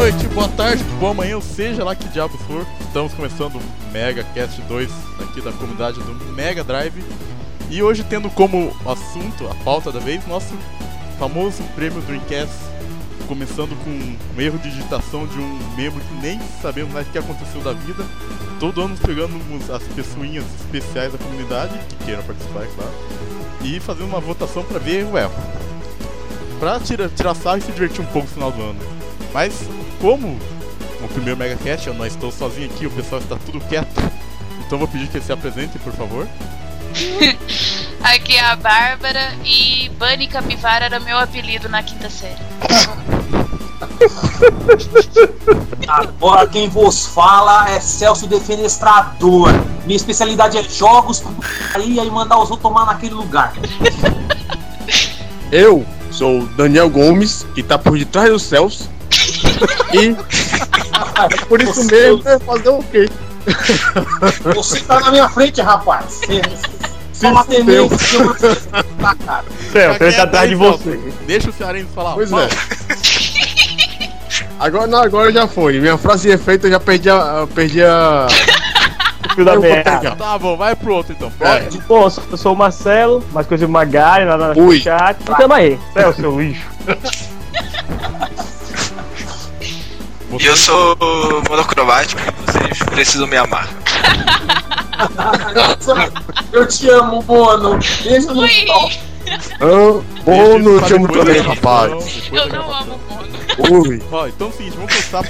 noite, boa tarde, boa manhã, ou seja lá que diabo for. Estamos começando o Mega Cast 2 aqui da comunidade do Mega Drive. E hoje tendo como assunto, a pauta da vez, nosso famoso prêmio Dreamcast. Começando com um erro de digitação de um membro que nem sabemos mais o que aconteceu da vida. Todo ano pegando as pessoinhas especiais da comunidade, que queiram participar, é claro. E fazendo uma votação pra ver o erro. Pra tirar sarro e se divertir um pouco no final do ano. Mas, como o primeiro MegaCast, eu não estou sozinho aqui, o pessoal está tudo quieto. Então vou pedir que eles se apresentem, por favor. Aqui é a Bárbara e Bunny Capivara era meu apelido na quinta série. Agora quem vos fala é Celso Defenestrador. Minha especialidade é jogos aí mandar os outros tomar naquele lugar. Eu sou o Daniel Gomes, que tá por detrás do Celso. E por isso mesmo é fazer o quê? Você tá na minha frente, rapaz. Só uma tenência. Celso, ele tá atrás de você. Deixa o Cearense falar. Pois é. Agora já foi. Minha frase de efeito eu já perdi a... Filho da merda. Tá bom, vai pro outro então. Pô, eu sou o Marcelo, mais conhecido como Magari, lá no chat. E tamo aí, Celso, seu lixo. E eu sou monocromático, vocês precisam me amar. Eu te amo, Bono. Beijo no Bono, eu te amo também, rapaz. Eu não amo o Bono. Ui. Ó, então é o seguinte,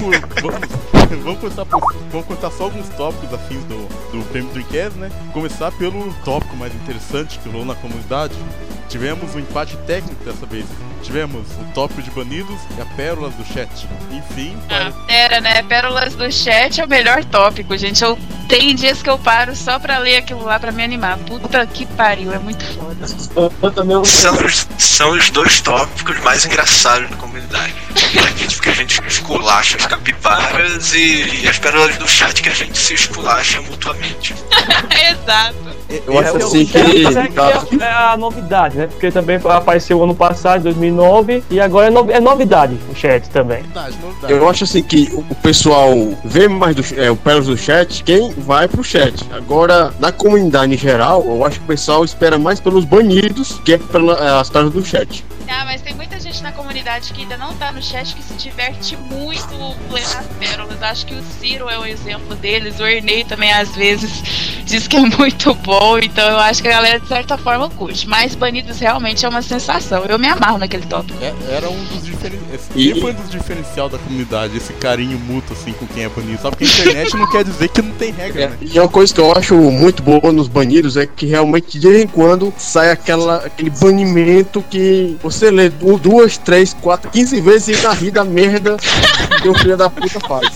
vamos contar só alguns tópicos afins do prêmio Dreamcast, né? Começar pelo tópico mais interessante que rolou na comunidade. Tivemos um empate técnico dessa vez. Tivemos o tópico de banidos e a pérolas do chat. Enfim, Pérolas do chat é o melhor tópico, gente. Tem dias que eu paro só pra ler aquilo lá pra me animar. Puta que pariu, é muito foda. São os dois tópicos mais engraçados da comunidade. Porque a gente esculacha as capivaras e as pérolas do chat que a gente se esculacha mutuamente. Exato. Eu acho assim que é a novidade, né? Porque também apareceu ano passado, em 2009, e agora é novidade o chat também. novidade. eu acho assim que o pessoal vê mais o pérolas do chat, quem vai pro chat. Agora, na comunidade em geral, eu acho que o pessoal espera mais pelos banidos que as pérolas do chat. Ah, mas tem muita gente na comunidade que ainda não tá no chat que se diverte muito lendo as pérolas. Acho que o Ciro é um exemplo deles, o Ernei também às vezes diz que é muito bom, então eu acho que a galera de certa forma curte. Mas banidos realmente é uma sensação, eu me amarro naquele tópico. Era um dos foi um dos diferenciais da comunidade, esse carinho mútuo assim com quem é banido. Só porque a internet não quer dizer que não tem regra, né? E uma coisa que eu acho muito boa nos banidos é que realmente de vez em quando sai aquele banimento que você lê 2, 3, 4, 15 vezes e na rir da merda que o filho da puta faz.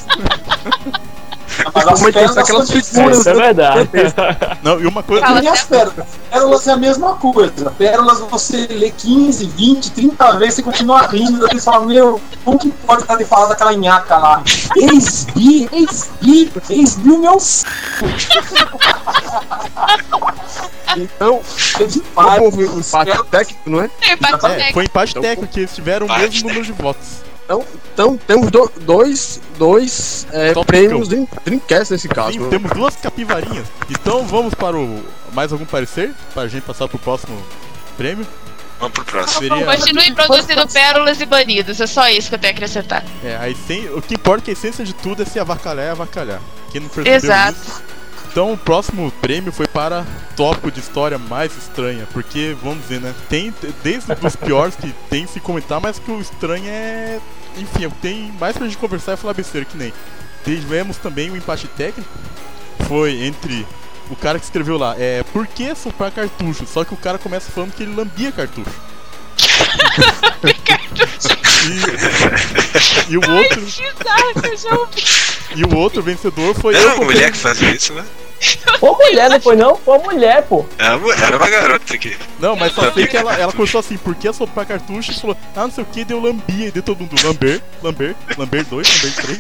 Aquelas figuras. Isso é verdade. Não, e uma coisa. E as pérolas? Pérolas é a mesma coisa. Pérolas você lê 15, 20, 30 vezes e continua rindo. Daí você fala, meu, como que pode estar de falar daquela nhaca lá? Ex-bi o meu c. Então, houve um empate técnico, não é? Foi empate técnico, que eles tiveram o mesmo número de votos. Então temos dois prêmios de Dreamcast nesse caso. Sim, temos duas capivarinhas. Então vamos para mais algum parecer? Para a gente passar pro próximo prêmio? Vamos pro próximo. Continue produzindo pérolas e banidos, é só isso que eu tenho que acrescentar. O que importa é que a essência de tudo é se avacalhar e avacalhar. Quem não percebeu Exato. isso? Então o próximo prêmio foi para tópico de história mais estranha, porque, vamos dizer, né, tem desde os piores que tem se comentar, mas que o estranho é... Enfim, tem mais pra gente conversar e falar besteira que nem. Tivemos também um empate técnico, foi entre o cara que escreveu lá, por que soprar cartucho? Só que o cara começa falando que ele lambia cartucho. E o outro... E o outro vencedor foi... Era uma mulher que fazia isso, né? Foi mulher, não foi não? Foi mulher, pô. Era uma garota aqui. Não, mas só sei que ela começou assim, por que soprar cartucho? E falou, não sei o que, deu lambia. E deu todo mundo, lamber 2, lamber 3.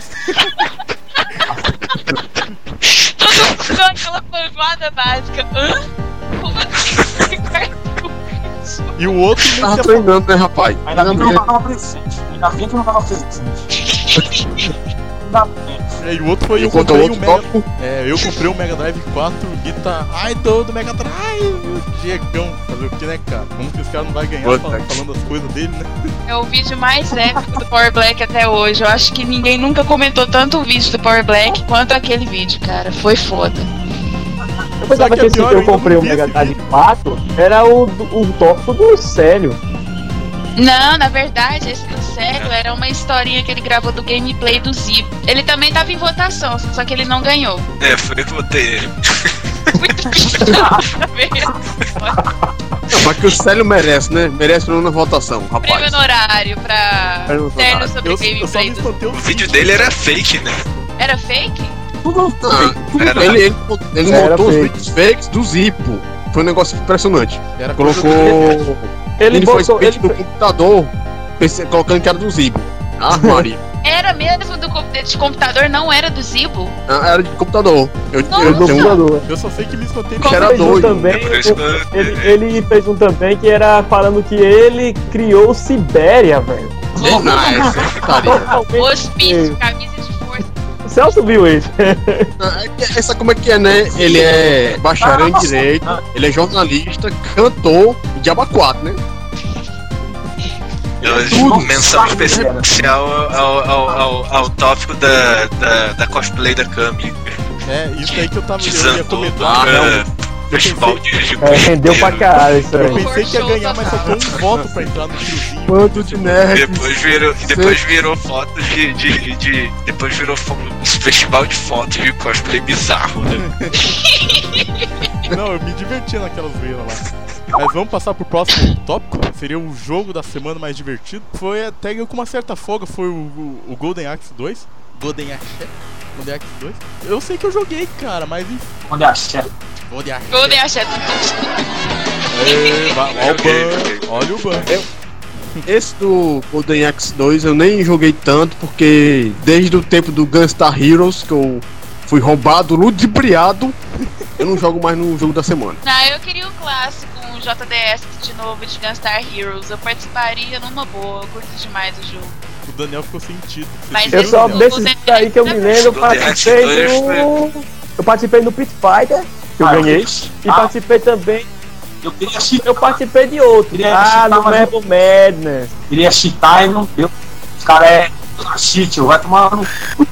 Todo mundo deu aquela panfada básica. Como assim? Cartucho? E o outro tava treinando, né, rapaz? Ainda bem que eu não tava presente. E o outro foi eu Enquanto comprei o um outro Mega... tópico, eu comprei um Mega Drive 4 Guitar Idol do Mega Drive. Diegão, fazer o que, né, cara? Como que os caras não vão ganhar Puta. falando as coisas dele, né? É o vídeo mais épico do Power Black até hoje. Eu acho que ninguém nunca comentou tanto o vídeo do Power Black quanto aquele vídeo, cara. Foi foda. Eu pensava que que é esse pior, que eu eu ainda comprei não o vi Mega esse Drive vídeo. 4 era o tópico do Célio. Não, na verdade, esse do Célio era uma historinha que ele gravou do gameplay do Zibo. Ele também tava em votação, só que ele não ganhou. Foi eu que botei ele. Muito pistola mesmo. não, mas que o Célio merece, né? Merece na votação, Prêmio rapaz. honorário pra Prêmio Célio honorário. sobre o Eu só gameplay me do espantei O vídeo dele era fake, né? Era fake? Era. Ele Era montou os fake. vídeos fakes do Zipo. Foi um negócio impressionante. Era coisa Colocou. Ele Ele foi botou. speech do computador, colocando que era do Zibo. Ah, Maria. Era mesmo de computador, não era do Zibo? Era de computador. Eu Nossa. tenho um computador. Eu só sei que me espantei Que era Fez um doido. também, Por isso que ele fez um também que era falando que ele criou Sibéria, velho. Não, essa é putaria. Totalmente. Hospício, camisa de força. O Celso viu isso. Essa como é que é, né? Ele é bacharel em direito, ele é jornalista, cantor e diabo 4, né? Menção especial ao tópico da cosplay da Cami. É, isso aí que eu ia Desandou comentar. pra festival de Rendeu pra caralho isso Eu aí. pensei que ia ganhar, mas faltou um voto pra entrar no tiozinho. Bando de nerd. Depois virou foto depois virou um festival de fotos de cosplay bizarro, né? Não, eu me divertia naquelas veias lá. Mas vamos passar pro próximo tópico. Seria o jogo da semana mais divertido. Foi até com uma certa folga. Foi o Golden Axe 2. Golden Axe 2. Eu sei que eu joguei, cara, mas enfim. Onde achar? Golden Axe. Golden Axé. Olha o ban. Olha o ban. Esse do Golden Axe 2 eu nem joguei tanto, porque desde o tempo do Gunstar Heroes, que eu fui roubado, ludibriado, eu não jogo mais no jogo da semana. Ah, eu queria o clássico, um JDS de novo de Gunstar Heroes. Eu participaria numa boa, eu curto demais o jogo. O Daniel ficou sentido. Você Mas sentiu, Eu só Daniel? desses aí que eu me lembro, eu participei no Pit Fighter, que eu ganhei, e participei também, Eu queria cheatar, eu participei de outro. Queria Ah, chitar, no mas- Marble Madness. queria cheatar e não deu. Os caras é cheat, vai tomar no.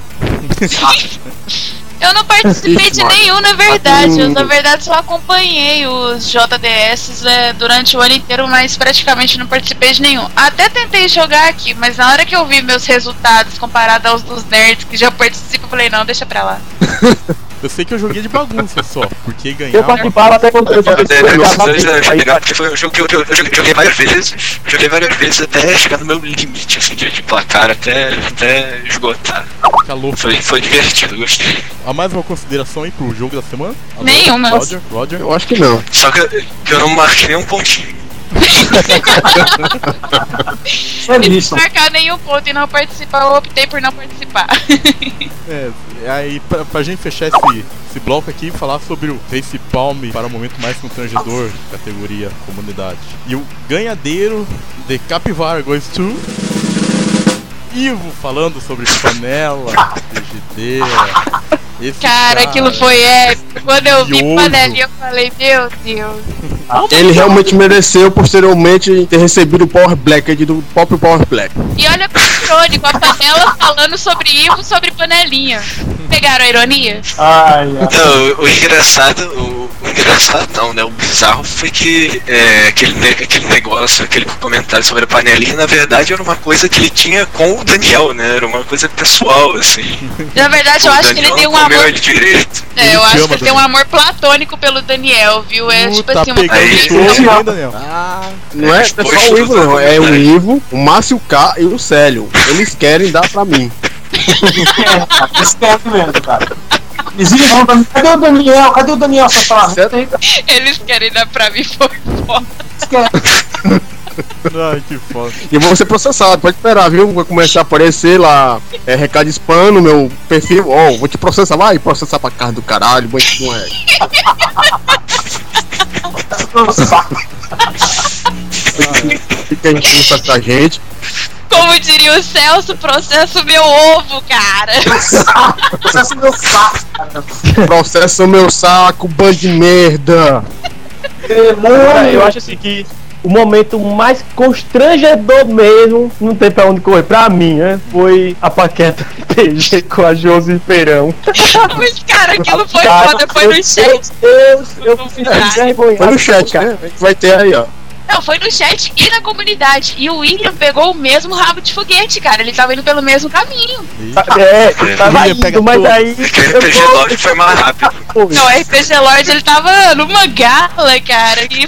Eu não participei de nenhum, na verdade. Eu, na Hum. verdade, só acompanhei os JDS durante o ano inteiro, mas praticamente não participei de nenhum. Até tentei jogar aqui, mas na hora que eu vi meus resultados comparados aos dos nerds que já participam, eu falei, não, deixa pra lá. Eu sei que eu joguei de bagunça só, porque Eu ganhar. participava até quando eu Eu joguei várias vezes até chegar no meu limite assim, de placar, até esgotar. Calor. Foi divertido, gostei. Há mais uma consideração aí pro jogo da semana? Nenhuma. Roger. Eu acho que não. Só que eu não marquei nenhum pontinho. Feliz. Não marcar nenhum ponto e não participar, eu optei por não participar. É, aí pra gente fechar esse bloco aqui, falar sobre o Face Palm para o momento mais constrangedor, categoria comunidade. E o ganhadeiro de Capivara goes to Ivo, falando sobre panela, frigideira. Esse Cara, aquilo foi épico. Quando eu vi Miojo. panelinha, eu falei, meu Deus. Ele realmente mereceu posteriormente ter recebido o Power Black do próprio Power Black. E olha pro irônico, a panela falando sobre Ivo, sobre panelinha. Pegaram a ironia? Ai, ai. Não, o engraçado não, né? O bizarro foi que aquele negócio, aquele comentário sobre a panelinha, na verdade era uma coisa que ele tinha com o Daniel, né? Era uma coisa pessoal, assim. Na verdade, eu acho que ele tem um comeu amor. ele direito. É, eu Ele te acho ama, que ele tem um Daniel. amor platônico pelo Daniel, viu? É tipo tá assim, uma pegando Aí, todo, assim, ó. hein, Daniel? Não é só o Ivo, não. É o Ivo, o Márcio K e o Célio. Eles querem dar pra mim. Esquece mesmo, cara. Eles ligam pra mim, cadê o Daniel? Cadê o Daniel? Você fala, Certo? eles querem dar pra mim por fora. esquece. Ai, que foda. E eu vou ser processado, pode esperar, viu? Vai começar a aparecer lá, recado spam no meu perfil. Ó, vou te processar, vai processar pra casa do caralho, bandido não é. Nossa, Fica a gente pra gente. Como diria o Celso, processo meu ovo, cara. Processo meu saco, cara. Processa meu saco, bando de merda. Cara, eu acho assim que o momento mais constrangedor mesmo, não tem pra onde correr, pra mim, né? Foi a paqueta PG com a Josi Feirão. Mas, cara, aquilo foi foda, foi no chat. Eu fiz vergonha. Foi no chat, né? A gente vai ter aí, ó. Não, foi no chat e na comunidade. E o William pegou o mesmo rabo de foguete, cara. Ele tava indo pelo mesmo caminho. Eu tava William pega indo, mas todos. aí... Aquele RPG Lord foi mais rápido. Não, o RPG Lord, ele tava numa gala, cara. E...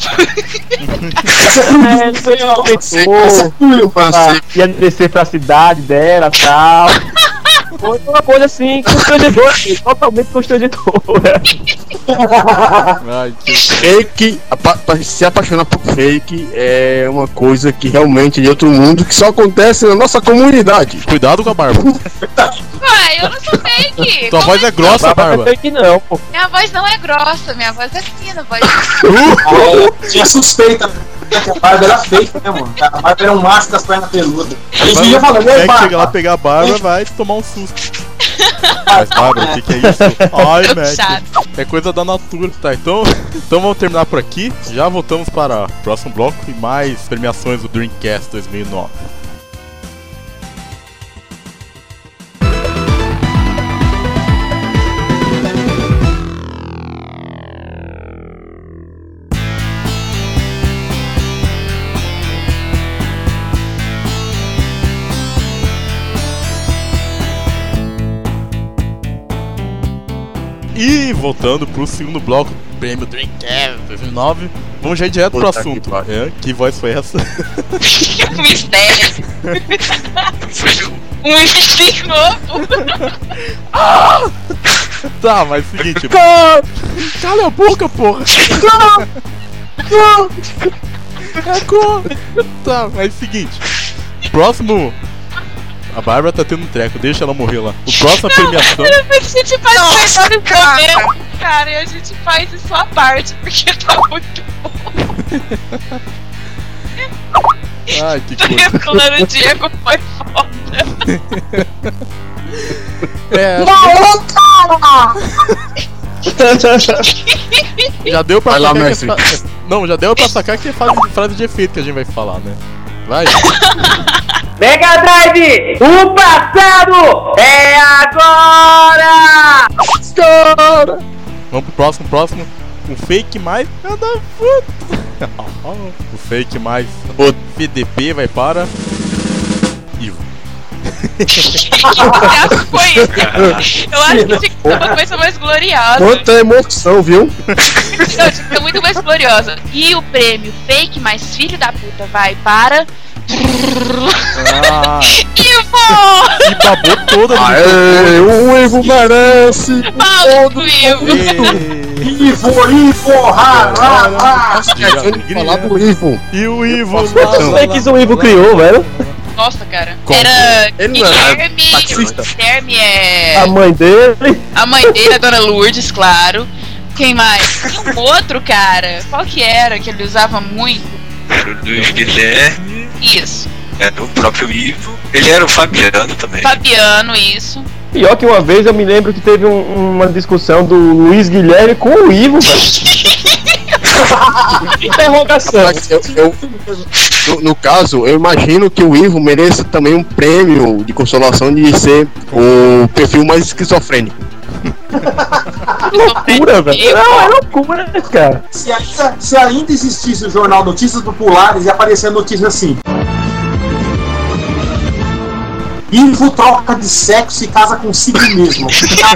ia descer pra cidade dela e tal. Foi uma coisa assim, constrangedora, totalmente constrangedora. Ai, que... Fake, se apaixonar por fake é uma coisa que realmente é de outro mundo, que só acontece na nossa comunidade. Cuidado com a barba. Ué, eu não sou fake. Tua voz é grossa, Não barba. é fake não, pô. Minha voz não é grossa, minha voz é fina, voz. Tinha suspeita que a barba era fake, né, mano? A barba era um macho das pernas peludas. A gente ia falando, É ei, que chega lá barba. pegar a barba, vai tomar um susto. Mas, Bárbara, o que é isso? Ai, Mac. Chato. É coisa da natura. Tá, então vamos terminar por aqui. Já voltamos para o próximo bloco e mais premiações do Dreamcast 2009. E voltando pro segundo bloco do prêmio Dreamcast 2009, vamos já ir direto pro Puta que assunto. pariu. Que voz foi essa? Um mistério. Um mistério novo. Tá, mas é o seguinte. Cala a boca, porra! Tá, mas é o seguinte. Próximo. A Bárbara tá tendo um treco, deixa ela morrer lá. O próximo premiação. A gente faz melhores momentos, cara, e a gente faz isso à parte, porque tá muito bom. Ai, que coisa. Reculando o Diego foi foda. É, já deu pra Vai lá, sacar que mestre. Não, já deu pra sacar que é frase de efeito que a gente vai falar, né? Vai. Mega Drive, o passado é agora! Vamos pro próximo. O fake mais. O fake mais. O PDP vai para. Ivo. Foi isso. Eu acho que tinha que ser uma coisa mais gloriosa. Quanta emoção, viu? Não, tinha que ser muito mais gloriosa. E o prêmio fake mais filho da puta vai para. Ah, Ivo! e babou toda no Aê, o Ivo merece! Palco, Ivo! microfone. Ivo, Nossa, querendo falar do Ivo. E o Ivo. Eu sei que isso o Ivo criou, velho. Nossa, cara. Como? Era Ele não era Guilherme. taxista? Guilherme é. A mãe dele. A mãe dele, a Dona Lourdes, claro. Quem mais? Tinha um outro, cara. Qual que era que ele usava muito? Era o Luiz Guilherme, Isso. era o próprio Ivo. Ele era o Fabiano também. Fabiano, isso. Pior que uma vez eu me lembro que teve uma discussão do Luiz Guilherme com o Ivo, velho. Interrogação. Mas no caso, eu imagino que o Ivo mereça também um prêmio de consolação de ser o perfil mais esquizofrênico. Loucura, velho. Não, é loucura, cara. Se ainda existisse o jornal Notícias Populares e aparecer a notícia assim: Ivo troca de sexo e casa consigo mesmo.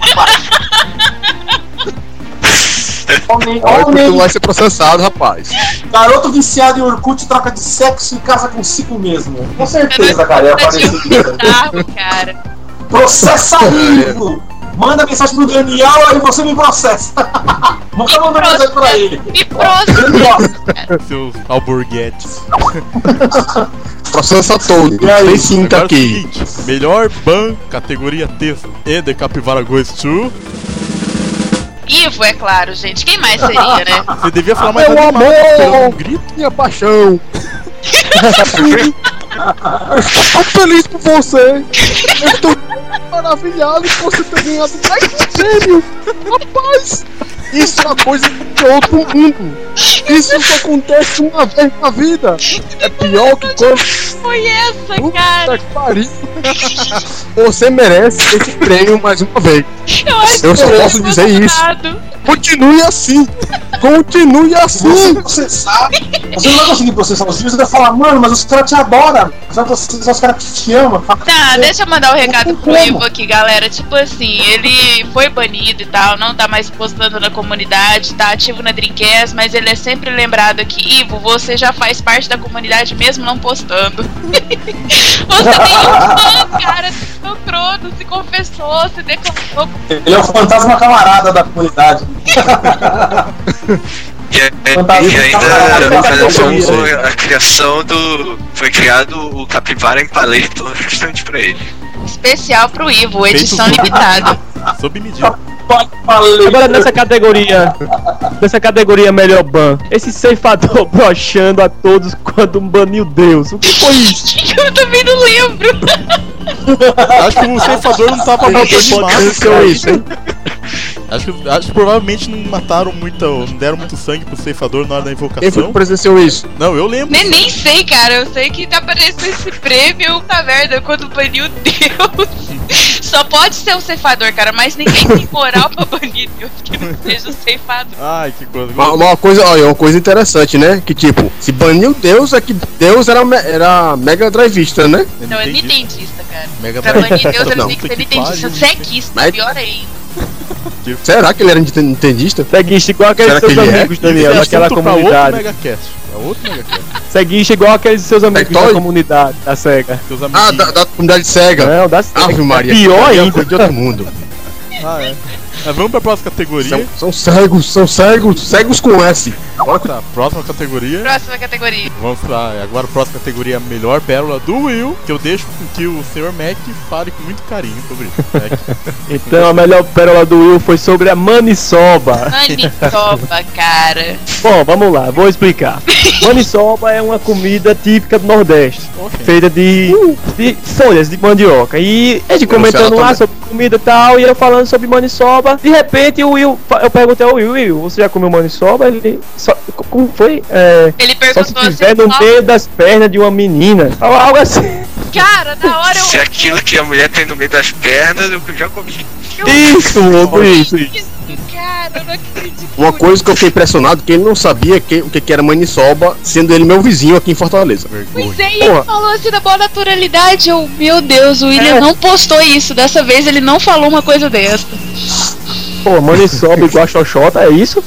Olha que tu Homem, vai ser processado, rapaz. garoto viciado em Orkut troca de sexo e casa consigo mesmo. Com certeza, cara, ia aparecer. Bizarro, cara. Processa Ivo! Manda mensagem pro Daniel, aí você me processa. Manda mensagem pra ele. Me processa. Seus alborguetes. Processa todo. E aí? Tem cinta Agora é o aqui. seguinte, melhor ban, categoria texto e The Capivara Goes to. Ivo, é claro, gente. Quem mais seria, né? Você devia falar mais Meu animado, amor! pegando um grito. Minha paixão. Eu tô feliz por você. Eu tô maravilhado por você ter ganhado mais um prêmio. Rapaz, isso é uma coisa de outro mundo. Isso só acontece uma vez na vida. É pior que quando... Foi essa, Puta cara? que pariu. Você merece esse prêmio mais uma vez. Eu só posso dizer isso. Continue assim. Continue assim. Você sabe, você não vai conseguir processar os vídeos, você vai falar, mano, mas os caras te adoram. Você vai processar os caras que te amam. Tá, deixa eu mandar um recado pro Ivo aqui, galera. Tipo assim, ele foi banido e tal, não tá mais postando na comunidade, tá ativo na Dreamcast, mas ele é sempre lembrado aqui. Ivo, você já faz parte da comunidade mesmo não postando. Você tem um fã, cara, se encontrou, se confessou, se declarou. Ele é o fantasma camarada da comunidade. E ainda a criação do... Foi criado o Capivara Empalator justamente pra ele. Especial pro Ivo, edição limitada. Sob medida. Agora nessa categoria melhor ban, esse ceifador broxando a todos quando baniu Deus. O que foi isso? Eu também não lembro. Acho que o ceifador não tava matando isso, hein? Acho que provavelmente não mataram muito, não deram muito sangue pro ceifador na hora da invocação. Quem foi que presenciou isso? Não, eu lembro. Nem sei, cara. Eu sei que tá aparecendo esse prêmio, tá merda, quando baniu Deus. Só pode ser o ceifador, cara, mas ninguém tem moral pra banir Deus que não seja o ceifador. Ai, que coisa. Uma coisa, olha, uma coisa interessante, né? Que tipo, se baniu Deus, é que Deus era Mega Drivista, né? Não, é nintendista, cara. Mega Pra banir Drive. Deus, ele Não, tem que ser que nintendista. pariu. Sequista, Mas- pior ainda. Será que ele era nintendista? Seguinte, igual aqueles Será seus que ele é? amigos, Daniel, daquela Assunto pra outro comunidade. Megacast. É outro Megacast. Seguinte, igual aqueles seus amigos da Tectoy? comunidade, da SEGA. Seus Ah, amiguinhos. da comunidade cega. Não, da SEGA. Ave Maria. Pior é uma ainda. coisa de outro mundo. Ah, é. Mas vamos pra próxima categoria. São cegos com S. Tá, próxima categoria. Próxima categoria. Vamos lá, agora a próxima categoria, a melhor pérola do Will, que eu deixo com que o Sr. Mac fale com muito carinho sobre isso. Mac. Então a melhor pérola do Will foi sobre a maniçoba. Maniçoba, cara. Bom, vamos lá, vou explicar. Maniçoba é uma comida típica do Nordeste, Ok. feita de folhas de mandioca. E a gente comentando lá também. sobre comida e tal, e eu falando sobre maniçoba. De repente o Will, eu perguntei ao Will, você já comeu maniçoba? Ele, como foi? Ele Só se perguntou tiver no assim, meio das pernas de uma menina. Algo assim. cara, na hora Se é aquilo que a mulher tem no meio das pernas, eu já comi. Isso, isso. Cara, eu não acredito. Uma coisa que eu fiquei impressionado, que ele não sabia o que era maniçoba, sendo ele meu vizinho aqui em Fortaleza. Pois Vergonha. é, e ele Porra. falou assim da boa naturalidade. Eu, meu Deus, o William não postou isso. Dessa vez ele não falou uma coisa dessa. Pô, maniçoba igual a xoxota, é isso?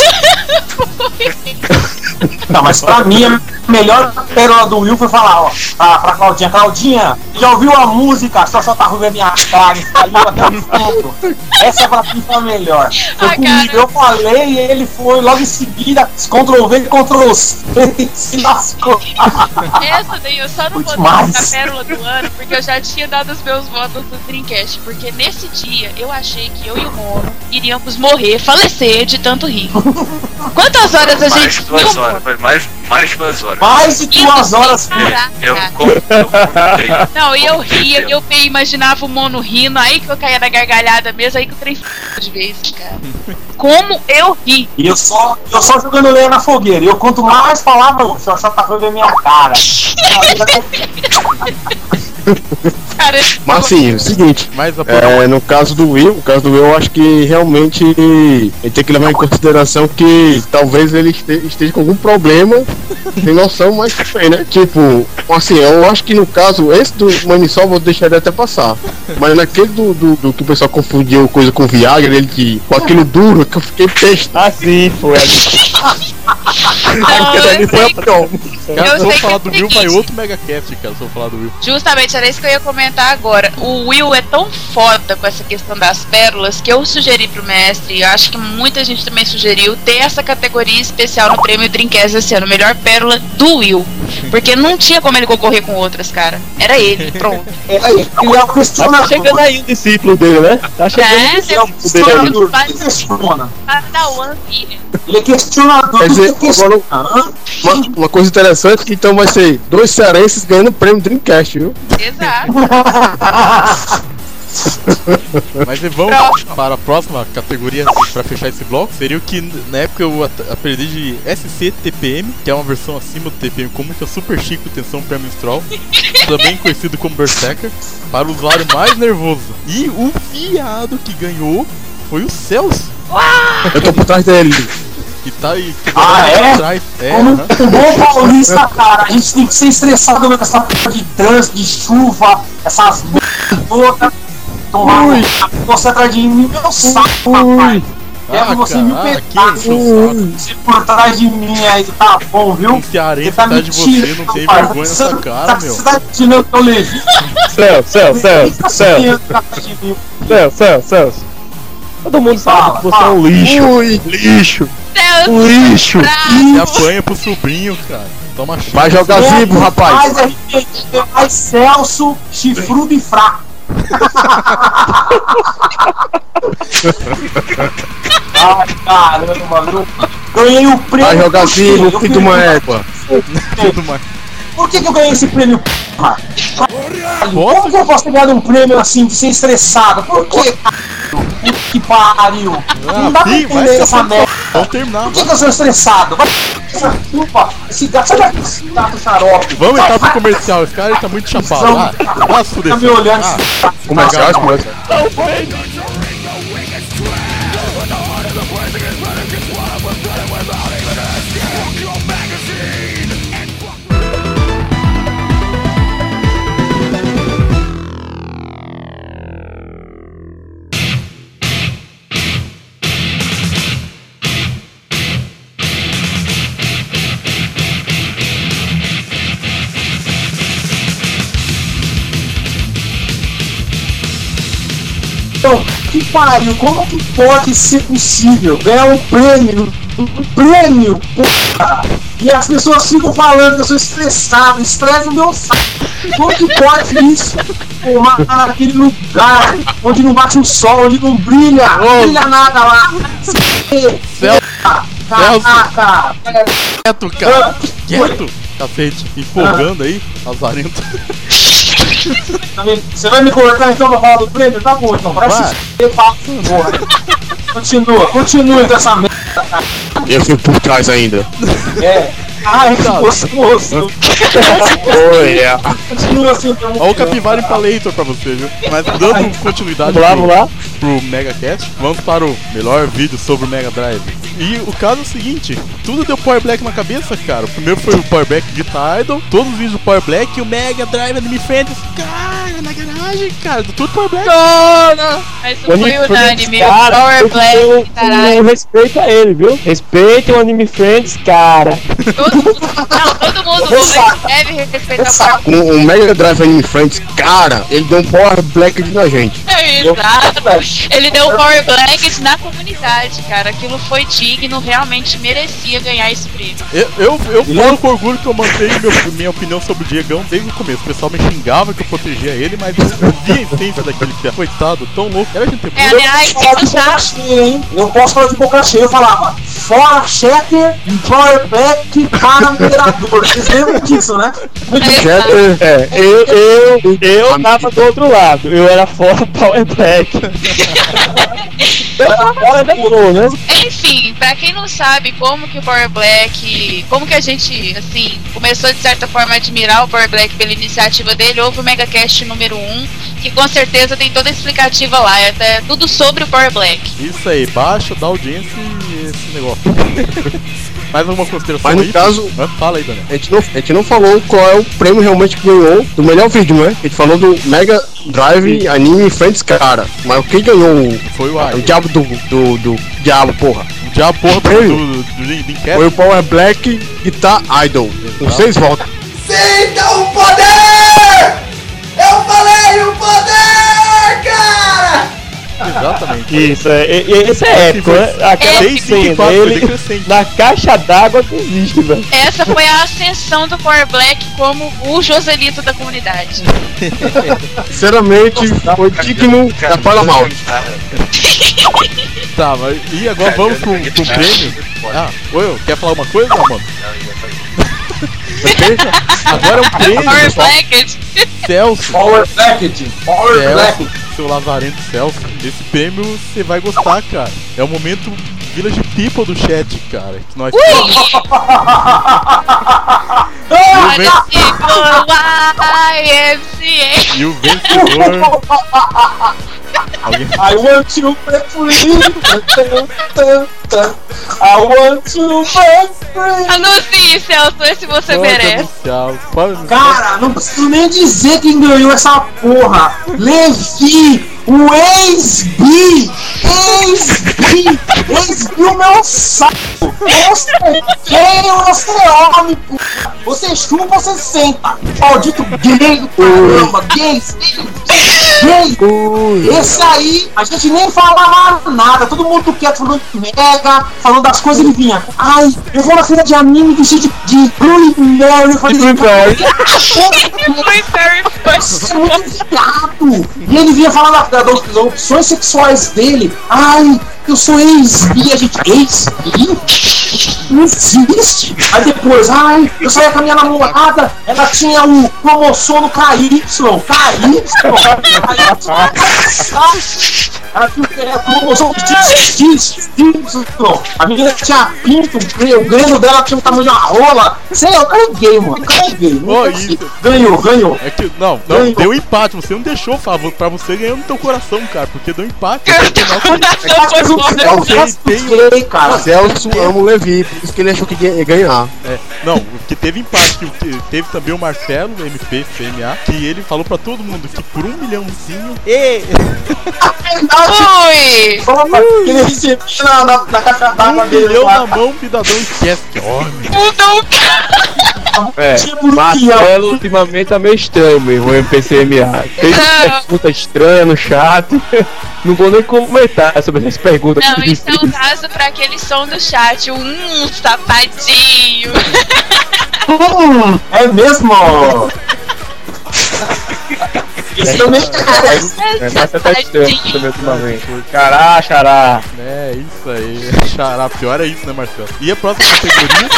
Não, mas pra mim a melhor pérola do Will foi falar, ó, pra Claudinha. Claudinha, já ouviu a música? Só tá ruim a minha cara, saiu até o fundo. Essa pra mim foi a melhor. Foi Ah, comigo, cara. eu falei e ele foi logo em seguida, Ctrl+V, Ctrl+C, se lascou. Essa daí eu só não Muito vou mais. dar a pérola do ano porque eu já tinha dado os meus votos no Dreamcast. Porque nesse dia eu achei que eu e o Mono iríamos morrer, falecer de tanto rir. Quantas horas a Mais gente de 2 horas, foi mais de 2 horas. Mais de 2 horas. Eu Caraca. contei. Não, e eu ria, eu imaginava o Mono rindo, aí que eu caía na gargalhada mesmo, aí que o trem de vez, cara. Como eu ri. E eu só jogando lenha na fogueira. E eu quanto mais falava, só tá ruim a minha cara. Cara, Mas assim, é o seguinte, Mas a no caso do Will, eu acho que realmente ele tem que levar em consideração que talvez ele esteja com algum problema, sem noção, mas tem, né? Tipo, assim, eu acho que no caso, esse do maniçoba eu deixaria até passar. Mas naquele do que o pessoal confundiu coisa com Viagra, ele que com aquilo duro, que eu fiquei besta. Assim foi. não, eu sei que- cara, se eu sei que falar é do o Will, vai seguinte. outro Megacast, cara, se eu falar do Will. Justamente, era isso que eu ia comentar agora. O Will é tão foda com essa questão das pérolas que eu sugeri pro mestre, e eu acho que muita gente também sugeriu, ter essa categoria especial no prêmio Dreamcast esse ano, melhor pérola do Will. Porque não tinha como ele concorrer com outras, cara. Era ele, pronto. Ele é o Tá questionador. chegando aí o discípulo dele, né? Tá chegando. É, Ele é o questionador. Ele questiona. Padawan, filho. Ele é questionador. Quer dizer, Tudo que Agora, uma coisa interessante que então vai ser 2 cearenses ganhando o prêmio Dreamcast, viu? Exato. Mas vamos para a próxima categoria para fechar esse bloco. Seria o que na época eu aprendi de SC-TPM, que é uma versão acima do TPM comum, que é o Super Chico Tensão Pré-Menstrual, também conhecido como Berserker, para o usuário mais nervoso. E o viado que ganhou foi o Celso. Eu tô por trás dele. Que tá aí. É? Atrás. Como um bom paulista, cara, a gente tem que ser estressado com essa porra de trânsito, de chuva, essas todas. Tomar você atrás de mim, meu saco, papai. Quero você me pedaços. Se por trás de mim aí, tá bom, viu? Um cearense tá atrás de você, não tem vergonha nessa cara, meu. Você tá tirando que eu levei? Celso. Todo mundo sabe que você é um lixo. Lixo. Lixo. Você apanha pro sobrinho, cara. Toma chifre. Vai jogar Zibo, rapaz. Mais Celso, chifrudo e fraco. Ai, caramba, meu. Ganhei o prêmio. Vai jogar Zibo, filho de uma égua. Por que eu ganhei esse prêmio? Como que eu posso ter ganhado um prêmio assim de ser estressado? Por que? Que pariu! Não dá pra entender essa merda. Vamos terminar. Por que eu sou estressado? Vai essa culpa, esse gato, sai daqui, esse gato xarope. Vamos entrar pro comercial, esse cara tá muito chapado. Vai se fuder. Tá me olhando. Comercial. Que pariu, como que pode ser possível ganhar um prêmio, porra, e as pessoas ficam falando que eu sou estressado, estresse o meu saco. Como que pode isso? Porra, naquele lugar onde não bate o sol, onde não brilha, brilha nada lá. Caraca! Quieto, cara. Quieto. Cacete, empolgando aí, azarento. Você vai me cortar então pra falar do prêmio? Tá bom, então. Parece que eu falo Continua com essa merda, cara. Eu fico por trás ainda. Ai, que gostoso. Olha. Continua assim, então. Olha o capivara empalator pra você, viu? Mas dando continuidade Vamos lá. pro MegaCast, vamos para o melhor vídeo sobre o Mega Drive. E o caso é o seguinte, tudo deu Power Black na cabeça, cara. O primeiro foi o Power Black Guitar Idol, todos os vídeos do Power Black e o Mega Drive Anime Friends. Cara, na garagem, cara, tudo Power Black. Mas isso foi unânime. O Cara, Power Black, caralho. Respeita ele, viu? Respeita o Anime Friends, cara. Todo mundo deve respeitar o Power O Mega Drive Anime Friends, cara, ele deu um Power Black na gente. Black. Ele deu o Power Black na comunidade, cara. Aquilo foi digno, realmente merecia ganhar esse prêmio. Eu falo com orgulho que eu mantenho minha opinião sobre o Diegão desde o começo. O pessoal me xingava que eu protegia ele, mas eu vi a essência daquele que coitado, tão louco. Era gente Eu posso falar de boca cheia, eu falava fora Shatter e Power Black para o imperador. Vocês lembram disso, né? Eu tava do outro lado. Eu era fora Power Black. Né? Enfim, pra quem não sabe como que o Power Black, como que a gente, assim, começou de certa forma a admirar o Power Black pela iniciativa dele, houve o MegaCast número 1, que com certeza tem toda a explicativa lá, é tudo sobre o Power Black. Isso aí, baixa da audiência e esse negócio. Mais alguma consideração? Mas no caso, fala aí, Daniel. A gente não falou qual é o prêmio realmente que ganhou do melhor vídeo, né? A gente falou do Mega Drive Anime Friends, cara. Mas quem ganhou foi o diabo do diabo, porra. O diabo, porra, do foi o Power Black Guitar Idol. Com 6 votos. Sinta o poder! Eu falei o poder, cara! Exatamente. Isso, esse é épico, né? Aquela cena, ele na caixa d'água que existe, velho. Essa foi a ascensão do Power Black como o Joselito da comunidade. Sinceramente, foi digno da Paramount. Tá, mas e agora vamos pro prêmio? Ah, oi, quer falar uma coisa, mano? Agora é um prêmio. Power Package. Celso. Power Package. Power Package. Seu lazarento Celso. Esse prêmio você vai gostar, cara. É o momento Village People do chat, cara. Que nós E o vencedor. I want to be free. I want to be free. Anuncie, Celso, esse você merece. Cara, não preciso nem dizer quem ganhou essa porra. Levi, o ex-bi, o meu saco. Você quem você é homem, porra. Você chupa, você senta. Maldito gay do caramba, gay. Esse aí, a gente nem falava nada, todo mundo quieto falando de Mega, falando das coisas, ele vinha. Ai, eu vou na feira de anime vestido de Blue Mary. Eu falei, você é muito viado. E ele vinha falar das opções sexuais dele. Ai, eu sou ex-bi, a gente. Ex-bi? Não existe. Aí depois, ai, eu saía com a minha namorada, ela tinha o cromossomo KY. A menina tinha pinto, o grelo dela tinha o tamanho de uma rola. Sei, eu caguei, mano. Ganhou. É que, não, deu empate. Você não deixou favor pra você ganhar no teu coração, cara. Porque deu empate. Celso ama o Levi, por isso que ele achou que ia ganhar. Não, que teve empate. Que teve também o Marcelo, MP, CMA, que ele falou pra todo mundo que por 1 milhãozinho. Ui! Ele recebia na caixa d'água dele. 1 milhão na mão, Bidadão esquece. Que homem. Marcelo ultimamente tá meio estranho mesmo, o MPCMA. Fez pergunta estranha no chat. Não vou nem comentar sobre essas perguntas. Não, isso é um caso pra aquele som do chat. Safadinho. É mesmo? Isso também Essa tá estranho também ultimamente. Xará. É, isso aí. Xará. Pior é isso, né, Marcelo? E a próxima categoria?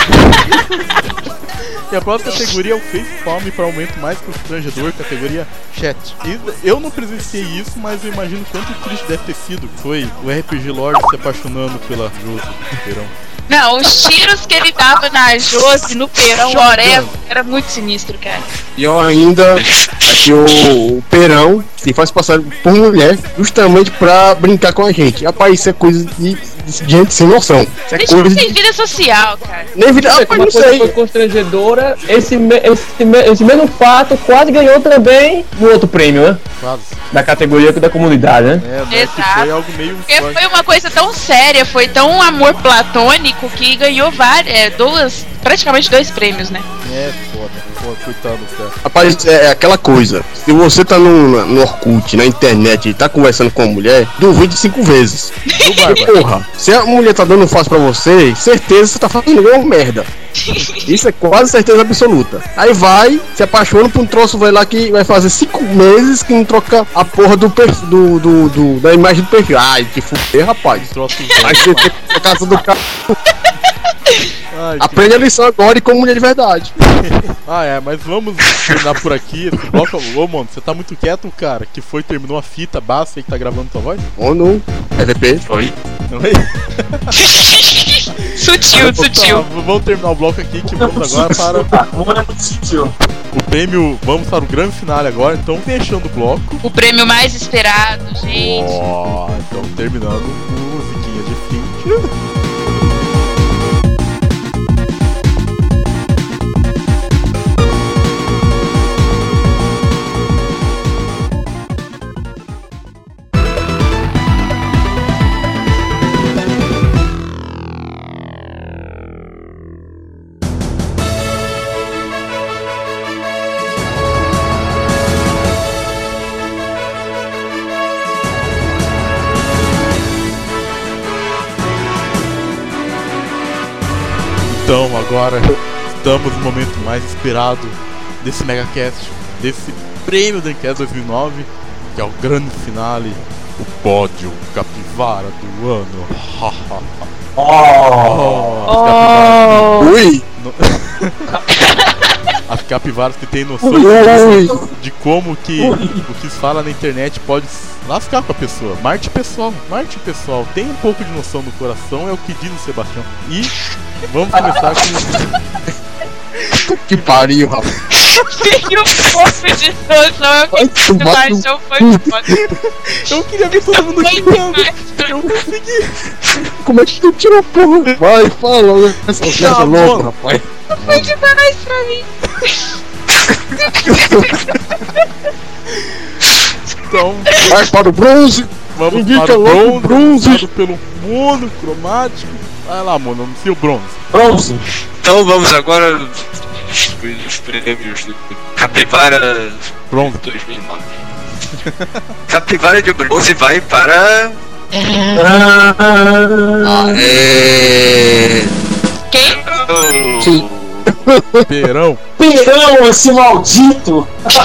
E a próxima categoria é o Face Palm para aumento mais constrangedor, categoria chat. E eu não presenciei isso, mas eu imagino quanto triste deve ter sido que foi o RPG Lord se apaixonando pela Josi do Perão. Não, os tiros que ele dava na Josi, no Perão, whatever, era muito sinistro, cara. E ainda, aqui o Perão se faz passar por mulher justamente pra brincar com a gente. Rapaz, isso é coisa de gente sem noção. Isso é Deixa coisa tem vida social, cara. Nem vida. Uma Não coisa sei. foi constrangedora, esse mesmo fato quase ganhou também no outro prêmio, né? Quase. Da categoria da comunidade, né? Que foi algo meio Porque foi uma coisa tão séria, foi tão amor platônico que ganhou praticamente 2 prêmios, né? É foda, coitado, cara. Rapaz, é aquela coisa. Se você tá no Orkut, na internet e tá conversando com uma mulher, duvide 5 vezes. Porra, se a mulher tá dando fácil pra você, certeza você tá fazendo uma merda. Isso é quase certeza absoluta. Aí vai, se apaixona por um troço, vai lá que vai fazer 5 meses que não troca a porra do perfil, da imagem do perfil. Ai, que fuder, rapaz. Aí você tem que a casa do cara. Aprende a lição agora e como mulher de verdade. Mas vamos terminar por aqui. Esse bloco. Ô, mano, você tá muito quieto, cara. Que foi, terminou a fita basta aí que tá gravando tua voz? Ou não? EVP? Oi? Oi? Sutil. Tá, vamos terminar o bloco aqui que vamos agora para o prêmio. Vamos para o grande finale agora. Então, fechando o bloco. O prêmio mais esperado, gente. Então, terminando. Musiquinha de fim. Então, agora estamos no momento mais esperado desse MegaCast, desse prêmio do Dreamcast 2009, que é o grande finale O pódio capivara do ano. Ui! As capivaras que tem noção de como que o que se fala na internet pode lascar com a pessoa. Marte pessoal. Tem um pouco de noção no coração, é o que diz o Sebastião. E vamos começar com... Que pariu, rapaz. Tem um pouco de noção, é o que diz o Sebastião. Foi foda. Eu queria ver todo mundo xingando. Eu consegui. Como é que tu tirou a porra? Vai, fala, essa coisa louca, rapaz. Foi demais pra mim. Então, vai para o bronze. vamos Indica para o logo bronze, bronze. indicado pelo monocromático. Vai lá, mano, anuncia o bronze. Bronze. Então vamos agora os prêmios do Capivara Bronze. 2009. Capivara de bronze vai para... Quem? Sim. Perão. Perão, esse maldito.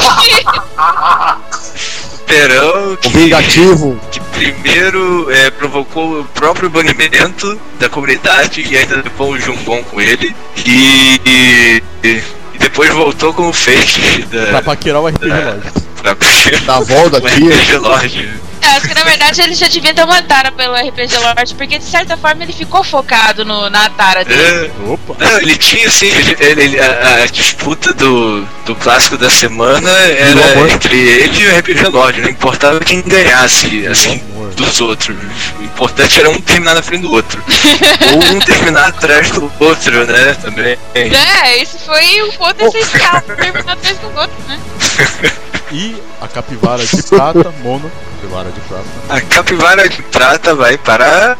Perão, O vingativo. que primeiro provocou o próprio banimento da comunidade e ainda levou o Jungon com ele. E depois voltou como fake Pra paquerar o RPG Lodge. Da avó da tia. RPG Lorde. Acho que na verdade ele já devia ter uma tara pelo RPG Lorde, porque de certa forma ele ficou focado na tara dele. Opa. Não, ele tinha assim, a disputa do clássico da semana era entre ele e o RPG Lorde, não importava quem ganhasse, assim, dos outros. O importante era um terminar na frente do outro. Ou um terminar atrás do outro, né, também. Esse foi o ponto essencial, terminar atrás do outro, né? E a capivara de prata, mono. Capivara de prata. A capivara de prata vai para...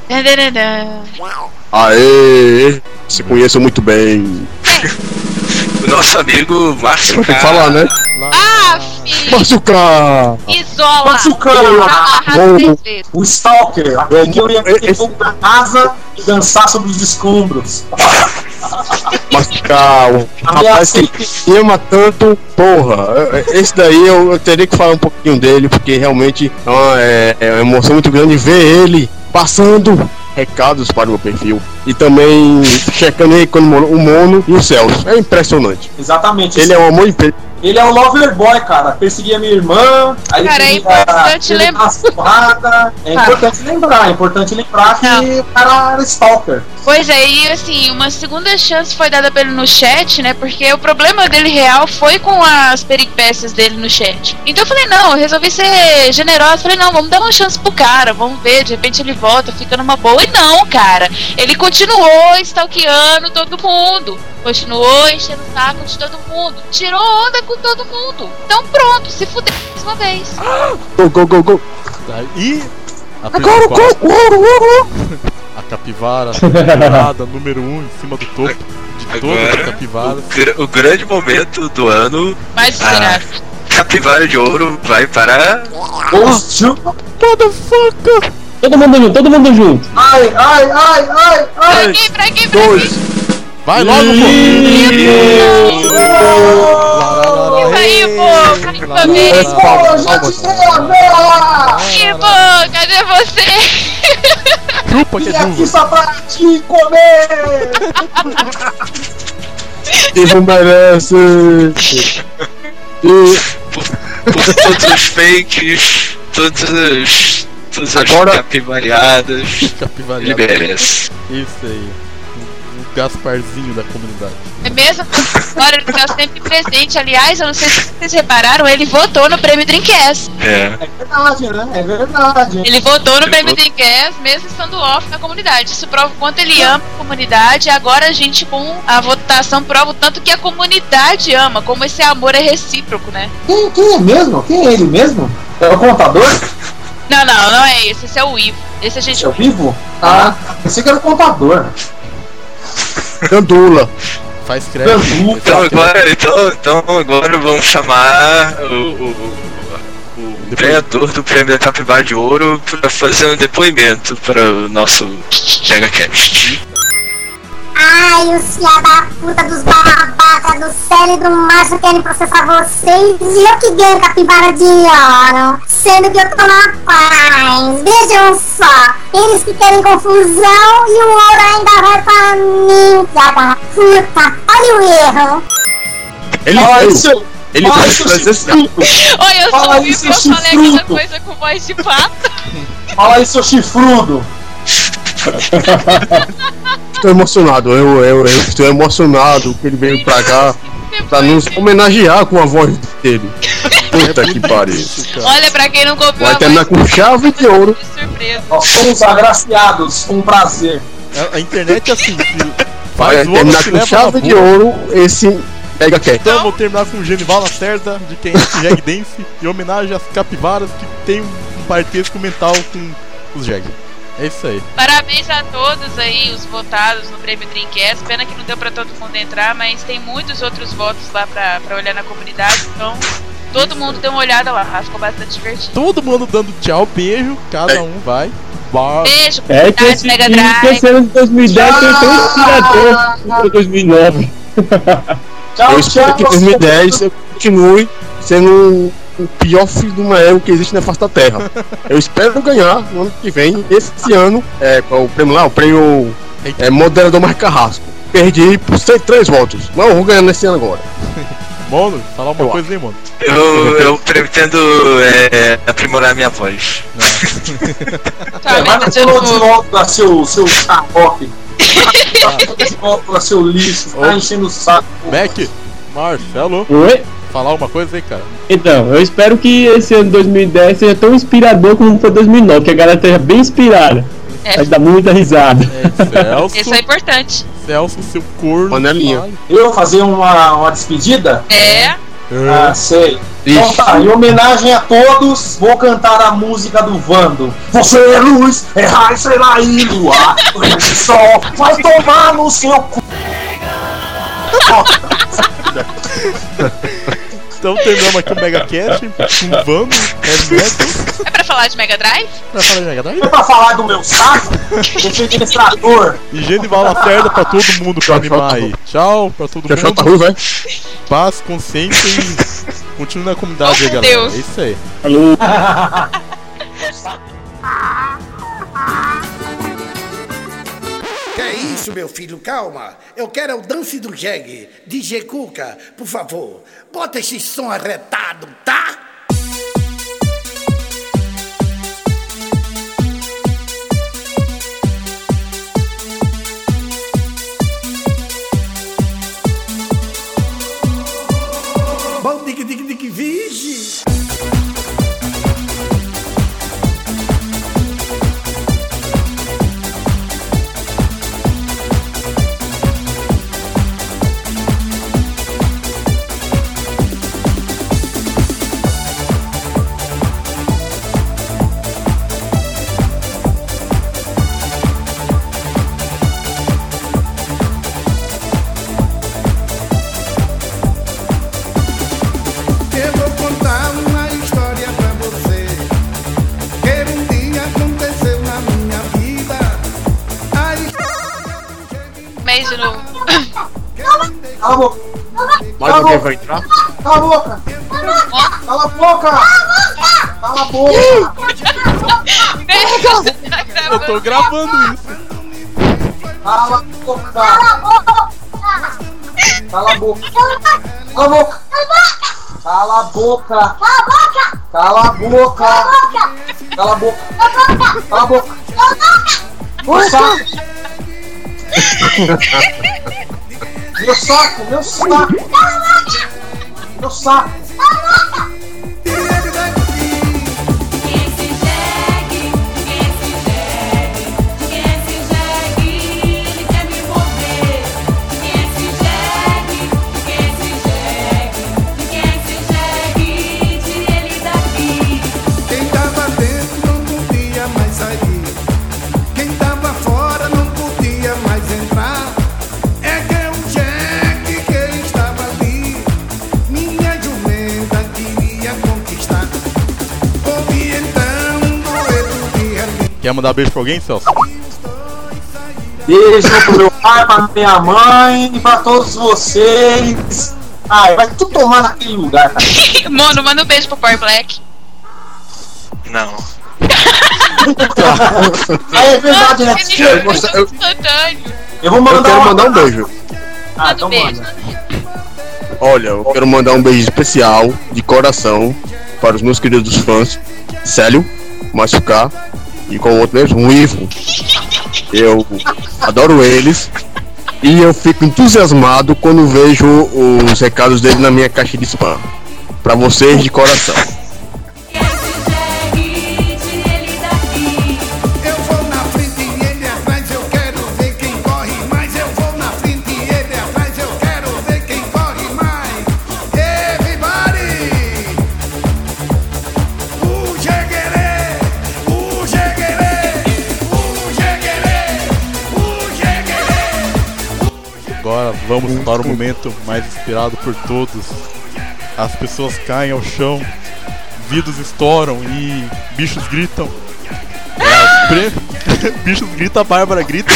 Aê! Se conheço muito bem. o nosso amigo Márcio Tem que K. falar, né? Ah, filho! Machucar! Isola! Machucar. Amarra 3 vezes. O Stalker. Que eu ia ter que ir pra casa e dançar sobre os escombros. Machucar! O rapaz que ama tanto, porra. Esse daí eu teria que falar um pouquinho dele, porque realmente é uma emoção muito grande ver ele passando recados para o meu perfil e também checando aí o Mono e o Celso. É impressionante. Exatamente. Ele é um amor Ele é o Loverboy, cara. Perseguia minha irmã. Aí Cara, é ele importante lembrar. É importante lembrar que o cara era Stalker. Pois é, e assim, uma segunda chance foi dada pra ele no chat, né? Porque o problema dele real foi com as peripécias dele no chat. Então eu falei, não, eu resolvi ser generosa. Falei, não, vamos dar uma chance pro cara, vamos ver, de repente ele volta, fica numa boa. E não, cara, ele continuou stalkeando todo mundo. Continuou enchendo o saco de todo mundo. Tirou onda com todo mundo. Então pronto, se fudeu mais uma vez. Go. E a Agora principal, a capivara dourada número 1 em cima do topo de todas as capivaras. O grande momento do ano, Mais esperado. capivara de ouro vai para... Motherfucker! Todo mundo junto. Ai. Pra aqui. Vai logo, pô! Isso aí, pô! Caiu também! Ivo, cadê você? Chupa que é aqui dúvida. só pra te comer! Ivo merece. Por todos os fakes, todas as Agora... capivariadas, Capivara. ele merece. Isso aí. O Gasparzinho da comunidade. É mesmo? Agora ele tá sempre presente. Aliás, eu não sei se vocês repararam, ele votou no prêmio Dreamcast. É. É verdade, né? É verdade. Ele votou no prêmio Dreamcast, mesmo estando off na comunidade. Isso prova o quanto ele ama a comunidade. Agora a gente, com a votação, prova o tanto que a comunidade ama. Como esse amor é recíproco, né? Quem é mesmo? Quem é ele mesmo? É o contador? Não é esse. Esse é o Ivo. Esse a gente... Esse é o Vivo? Ah, pensei que era o contador. Gandula. Faz crédito. Então agora vamos chamar o ganhador do prêmio da Capivara de Ouro para fazer um depoimento para o nosso MegaCast. Ai, os filha da puta dos babacas do céu e do macho querem processar vocês e eu que ganho capivara de ouro, sendo que eu tô na paz. Vejam só, eles que querem confusão e o ouro ainda vai pra mim, filha da puta. Olha o erro. Ele faz Oi, eu só ouvi que eu falei aquela coisa com voz de pato. Fala aí, seu chifrudo. Estou emocionado, eu estou emocionado que ele veio pra cá pra nos homenagear com a voz dele. Puta que pariu. Olha, pra quem não copiou, vai terminar com chave de ouro. De surpresa. Nós somos agraciados, um prazer. A internet é assim, Vai terminar com chave de ouro esse Mega Cat. Então vou terminar com o Genival Lacerda, de quem é Jag Dance, em homenagem às capivaras que tem um parentesco mental com os Jag. É isso aí. Parabéns a todos aí, os votados no Prêmio Dreamcast. Pena que não deu pra todo mundo entrar, mas tem muitos outros votos lá pra olhar na comunidade. Então, todo mundo dê uma olhada lá, ficou bastante divertido. Todo mundo dando tchau, beijo, cada um vai. Beijo, que esse Mega Drive. ano de 2010 foi tão inspirador para 2009. Eu espero que em 2010 eu continue sendo o pior filho de uma égua que existe na face da Terra. Eu espero ganhar no ano que vem, esse ano, o prêmio lá, o prêmio moderador mais carrasco. Perdi por 3 votos, mas eu vou ganhar nesse ano agora. Mono, falar uma coisa aí, Mono. Eu pretendo aprimorar minha voz. Vai no seu de volta, seu xarope. Vai de volta, seu lixo. Tá enchendo o saco. Mac, Marcelo. Oi? Falar uma coisa aí, cara. Então, eu espero que esse ano de 2010 seja tão inspirador como foi 2009, que a galera esteja bem inspirada. Vai dar muita risada. Celso. Isso é importante. Celso, seu corno. Panelinha. Eu vou fazer uma despedida? Ah, sei. Então tá, em homenagem a todos, vou cantar a música do Vando. Você é luz, é raio, sei lá, e lua. O sol vai tomar no seu cu. Então terminamos aqui o Mega Cast com o Vando, É pra falar de Mega Drive? Pra falar de Mega Drive? É pra falar do meu saco? Do administrador. E Genival Lacerda pra todo mundo pra animar aí. Tchau pra todo mundo. Tá ruim, vai. Paz, consciência e continue na comunidade aí, galera. Deus. É isso aí. Alô. Que é isso, meu filho? Calma. Eu quero o Dance do Jeg, DJ Cuca. Por favor, bota esse som arretado, tá? Bom, dig, vige. Mês de novo. Cala a boca. Mais alguém vai entrar? Cala a boca. Cala a boca. Cala a boca. Eu tô gravando isso. Cala a boca. Cala a boca. Cala a boca. Cala a boca. Cala a boca. Cala a boca. Cala a boca. Meu saco. Meu saco. Meu saco. Meu saco. Quer mandar beijo pra alguém, Celso? Beijo pro meu pra minha mãe e pra todos vocês. Ai, vai tudo tomar naquele lugar, cara. Mano, manda um beijo pro Power Black. Não. Aí é verdade, né? Eu vou mandar. Eu quero mandar um beijo. Ah, Manda então um beijo. manda. Olha, eu quero mandar um beijo especial, de coração, para os meus queridos fãs, Célio, Machucar e com o outro mesmo, o Ivo. Eu adoro eles e eu fico entusiasmado quando vejo os recados dele na minha caixa de spam. Pra vocês de coração. Eu vou na frente e ele atrás, eu quero ver quem corre mais. Eu vou na frente e ele atrás, eu quero ver quem corre mais. Everybody! O Jeguerê! O Jeguerê! O Jeguerê! O Jeguerê! Agora vamos para o momento mais esperado por todos. As pessoas caem ao chão, vidros estouram e bichos gritam. Bichos gritam, a Bárbara grita.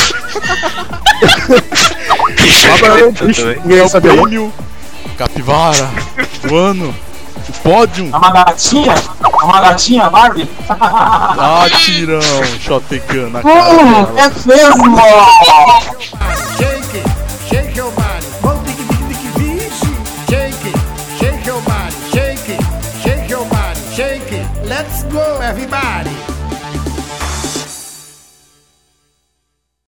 Bárbara é um bicho, ninguém É o sabe onde. prêmio Capivara do ano, o pódio. É uma gatinha? É uma gatinha, Barbie? Ah, tirão, shotgun na cara dela. É mesmo! Shake it, shake your body. Oh, diggy, diggy, diggy, vixe. Shake it, shake your body. Shake it, shake your body. Shake it. Let's go, everybody.